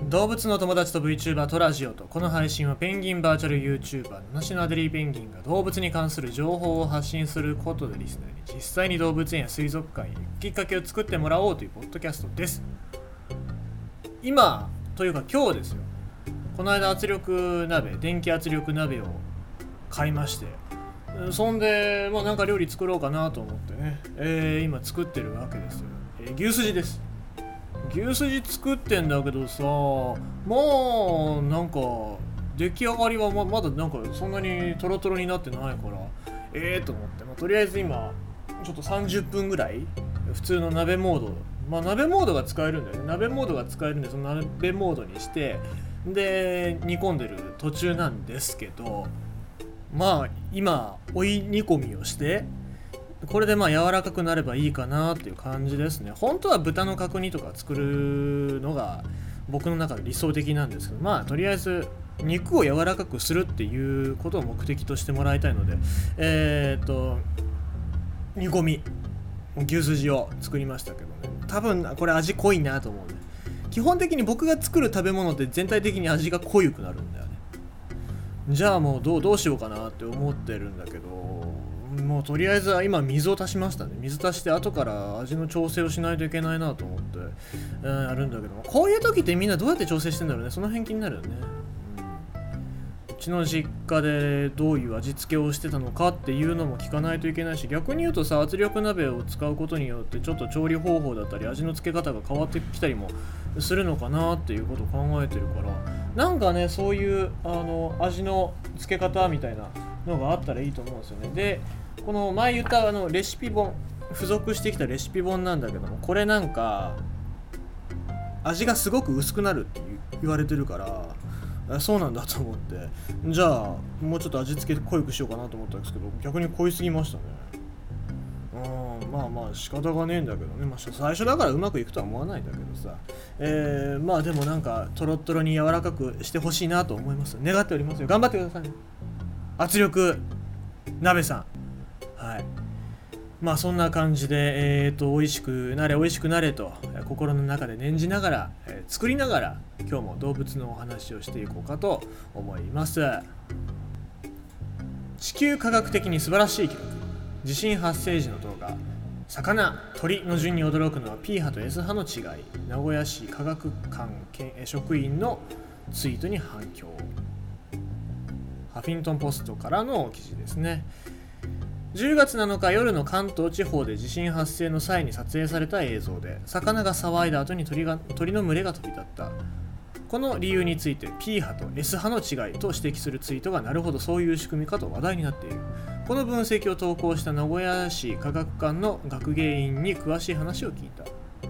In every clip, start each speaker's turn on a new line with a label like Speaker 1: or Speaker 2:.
Speaker 1: 動物の友達と VTuber とラジオと、この配信はペンギンバーチャル YouTuber のナシのアデリーペンギンが動物に関する情報を発信することでリスナーに実際に動物園や水族館へ行くきっかけを作ってもらおうというポッドキャストです。今というか今日ですよ。この間電気圧力鍋を買いまして、そんでなんか料理作ろうかなと思ってね、今作ってるわけですよ。牛すじです。牛すじ作ってんだけどさ、なんか出来上がりはまだなんかそんなにトロトロになってないからと思って、とりあえず今ちょっと30分ぐらい普通の鍋モード、鍋モードが使えるんだよね。鍋モードが使えるんで、その鍋モードにしてで煮込んでる途中なんですけど、今追い煮込みをしてこれで柔らかくなればいいかなっていう感じですね。本当は豚の角煮とか作るのが僕の中で理想的なんですけど、とりあえず肉を柔らかくするっていうことを目的としてもらいたいので、煮込み牛すじを作りましたけどね。多分これ味濃いなと思うね。基本的に僕が作る食べ物って全体的に味が濃ゆくなるんだよね。じゃあもうどうしようかなって思ってるんだけど、もうとりあえず今水を足しましたね。水足して後から味の調整をしないといけないなと思って、やるんだけども、こういう時ってみんなどうやって調整してんだろうね。その辺気になるよね。うちの実家でどういう味付けをしてたのかっていうのも聞かないといけないし、逆に言うとさ、圧力鍋を使うことによってちょっと調理方法だったり味の付け方が変わってきたりもするのかなっていうことを考えてるから、なんかね、そういう味の付け方みたいなのがあったらいいと思うんですよね。で、この前言ったレシピ本、付属してきたレシピ本なんだけども、これなんか味がすごく薄くなるって言われてるから、そうなんだと思って、じゃあもうちょっと味付け濃くしようかなと思ったんですけど、逆に濃いすぎましたね。仕方がねえんだけどね。最初だからうまくいくとは思わないんだけどさ、でもなんかトロットロに柔らかくしてほしいなと思います。願っておりますよ。頑張ってくださいね、圧力鍋さん。はい。そんな感じで、美味しくなれと心の中で念じながら、作りながら今日も動物のお話をしていこうかと思います。地球科学的に素晴らしい記録。地震発生時の動画。魚、鳥の順に驚くのは P 波と S 波の違い。名古屋市科学館職員のツイートに反響。ハフィントンポストからの記事ですね。10月7日夜の関東地方で地震発生の際に撮影された映像で、魚が騒いだ後に鳥の群れが飛び立った。この理由について P 波と S 波の違いと指摘するツイートが、なるほどそういう仕組みかと話題になっている。この分析を投稿した名古屋市科学館の学芸員に詳しい話を聞いた。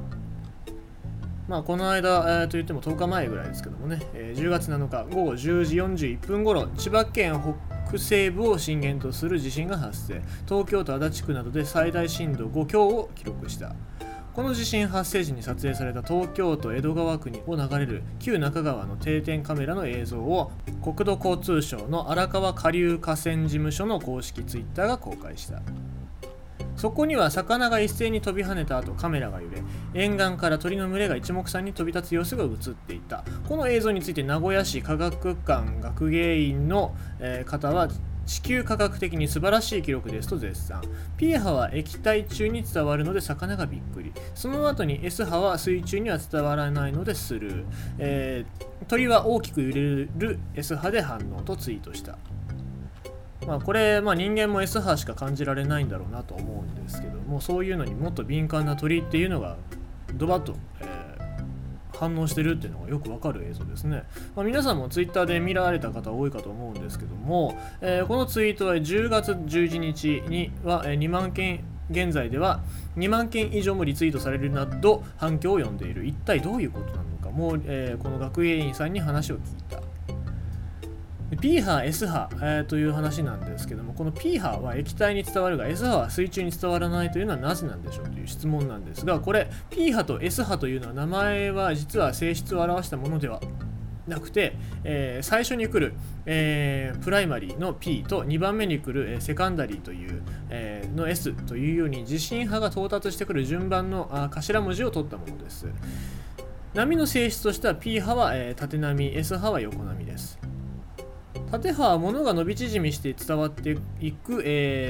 Speaker 1: この間、といっても10日前ぐらいですけどもね、10月7日午後10時41分頃、千葉県北西部を震源とする地震が発生。東京都足立区などで最大震度5強を記録した。この地震発生時に撮影された東京都江戸川区を流れる旧中川の定点カメラの映像を国土交通省の荒川下流河川事務所の公式ツイッターが公開した。そこには魚が一斉に飛び跳ねた後、カメラが揺れ、沿岸から鳥の群れが一目散に飛び立つ様子が映っていた。この映像について名古屋市科学館学芸員の方は、地球科学的に素晴らしい記録ですと絶賛。P 波は液体中に伝わるので魚がびっくり。その後に S 波は水中には伝わらないのでスルー。鳥は大きく揺れる S 波で反応とツイートした。これ、人間も S 波しか感じられないんだろうなと思うんですけども、そういうのにもっと敏感な鳥っていうのがドバッと、反応してるっていうのがよくわかる映像ですね。皆さんもツイッターで見られた方多いかと思うんですけども、このツイートは10月11日には2万件、現在では2万件以上もリツイートされるなど反響を呼んでいる。一体どういうことなのかも、この学芸員さんに話を聞いた。P 波、S 波、という話なんですけども、この P 波は液体に伝わるが S 波は水中に伝わらないというのはなぜなんでしょうという質問なんですが、これ P 波と S 波というのは名前は実は性質を表したものではなくて、最初に来る、プライマリーの P と2番目に来る、セカンダリーという、の S というように地震波が到達してくる順番の頭文字を取ったものです。 波の性質としては P 波は、縦波、S 波は横波です。縦波は物が伸び縮みして伝わっていく、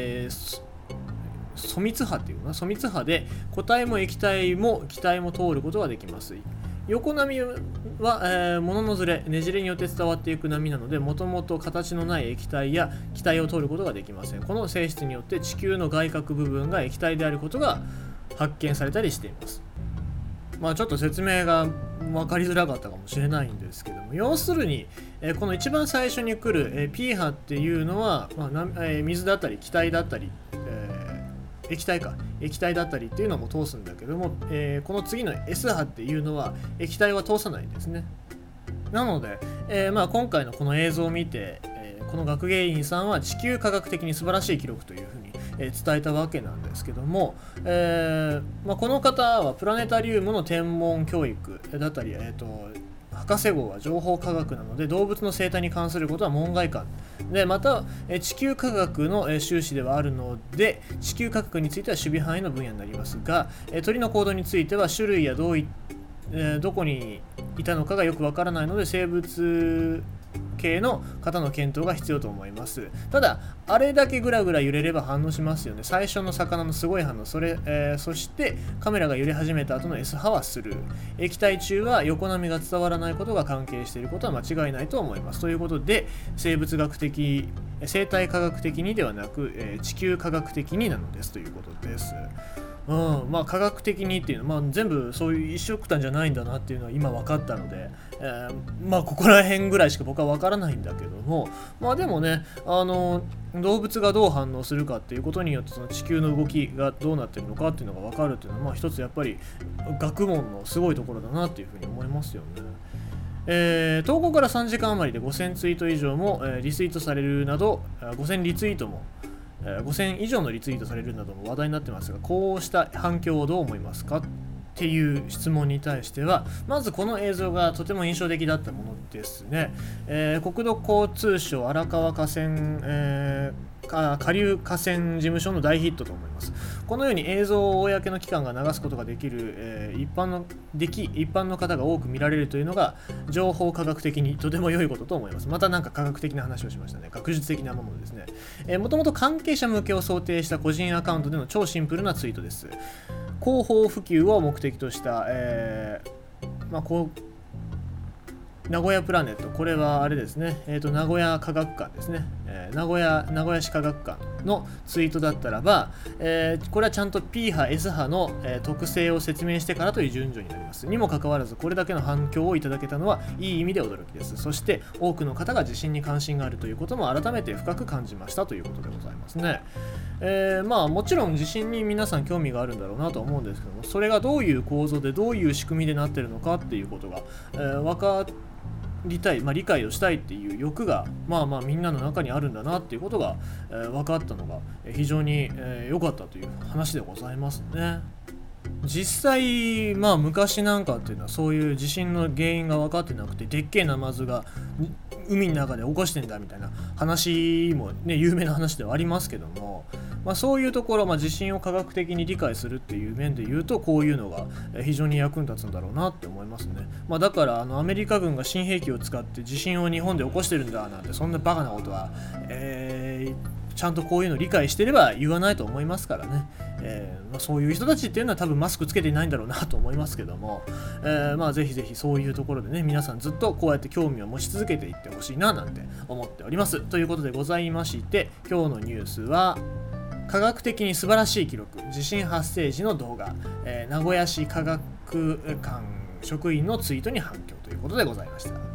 Speaker 1: 疎密波っていうかな、疎密波で固体も液体も気体も通ることができます。横波は、物のずれ、ねじれによって伝わっていく波なので、もともと形のない液体や気体を通ることができません。この性質によって地球の外殻部分が液体であることが発見されたりしています。ちょっと説明が分かりづらかったかもしれないんですけども、要するに、この一番最初に来る、P 波っていうのは、水だったり気体だったり、液体だったりっていうのも通すんだけども、この次の S 波っていうのは液体は通さないんですね。なので、今回のこの映像を見て、この学芸員さんは地球科学的に素晴らしい記録というふうに伝えたわけなんですけども、この方はプラネタリウムの天文教育だったり、博士号は情報科学なので動物の生態に関することは門外漢で、また地球科学の修士ではあるので、地球科学については守備範囲の分野になりますが、鳥の行動については種類やどこにいたのかがよくわからないので、生物系の方の検討が必要と思います。ただあれだけぐらぐら揺れれば反応しますよね。最初の魚のすごい反応、そしてカメラが揺れ始めた後の S 波はスルー。液体中は横波が伝わらないことが関係していることは間違いないと思います。ということで、生物学的、生態科学的にではなく、地球科学的になのですということです。科学的にっていうのは、全部そういう一緒くたんじゃないんだなっていうのは今分かったので、ここら辺ぐらいしか僕は分からないんだけども、でもね、動物がどう反応するかっていうことによってその地球の動きがどうなってるのかっていうのが分かるっていうのは、一つやっぱり学問のすごいところだなっていうふうに思いますよね。投稿から3時間余りで5000ツイート以上も、リツイートされるなど、5000リツイートも5000以上のリツイートされるなども話題になってますが、こうした反響をどう思いますかっていう質問に対しては、まずこの映像がとても印象的だったものですね。国土交通省荒川河川、下流河川事務所の大ヒットと思います。このように映像を公の機関が流すことができる、一般の方が多く見られるというのが情報科学的にとても良いことと思います。また科学的な話をしましたね。学術的なものですね。もともと関係者向けを想定した個人アカウントでの超シンプルなツイートです。広報普及を目的とした、名古屋プラネット、これはあれですね、名古屋科学館ですね、名古屋市科学館のツイートだったらば、これはちゃんと P 波 S 波の、特性を説明してからという順序になります。にもかかわらずこれだけの反響をいただけたのはいい意味で驚きです。そして多くの方が地震に関心があるということも改めて深く感じましたということでございますね。もちろん地震に皆さん興味があるんだろうなと思うんですけども、それがどういう構造でどういう仕組みでなっているのかっていうことが、分かりたい、理解をしたいっていう欲がみんなの中にあるんだなっていうことが、分かったのが非常に良かったという話でございますね。実際昔なんかっていうのはそういう地震の原因が分かってなくて、でっけえナマズが海の中で起こしてんだみたいな話もね、有名な話ではありますけども、そういうところ、地震を科学的に理解するっていう面で言うと、こういうのが非常に役に立つんだろうなって思いますね。だからアメリカ軍が新兵器を使って地震を日本で起こしてるんだなんて、そんなバカなことは、ちゃんとこういうのを理解してれば言わないと思いますからね。そういう人たちっていうのは多分マスクつけていないんだろうなと思いますけども、ぜひぜひそういうところでね、皆さんずっとこうやって興味を持ち続けていってほしいななんて思っております。ということでございまして、今日のニュースは科学的に素晴らしい記録、地震発生時の動画、名古屋市科学館職員のツイートに反響ということでございました。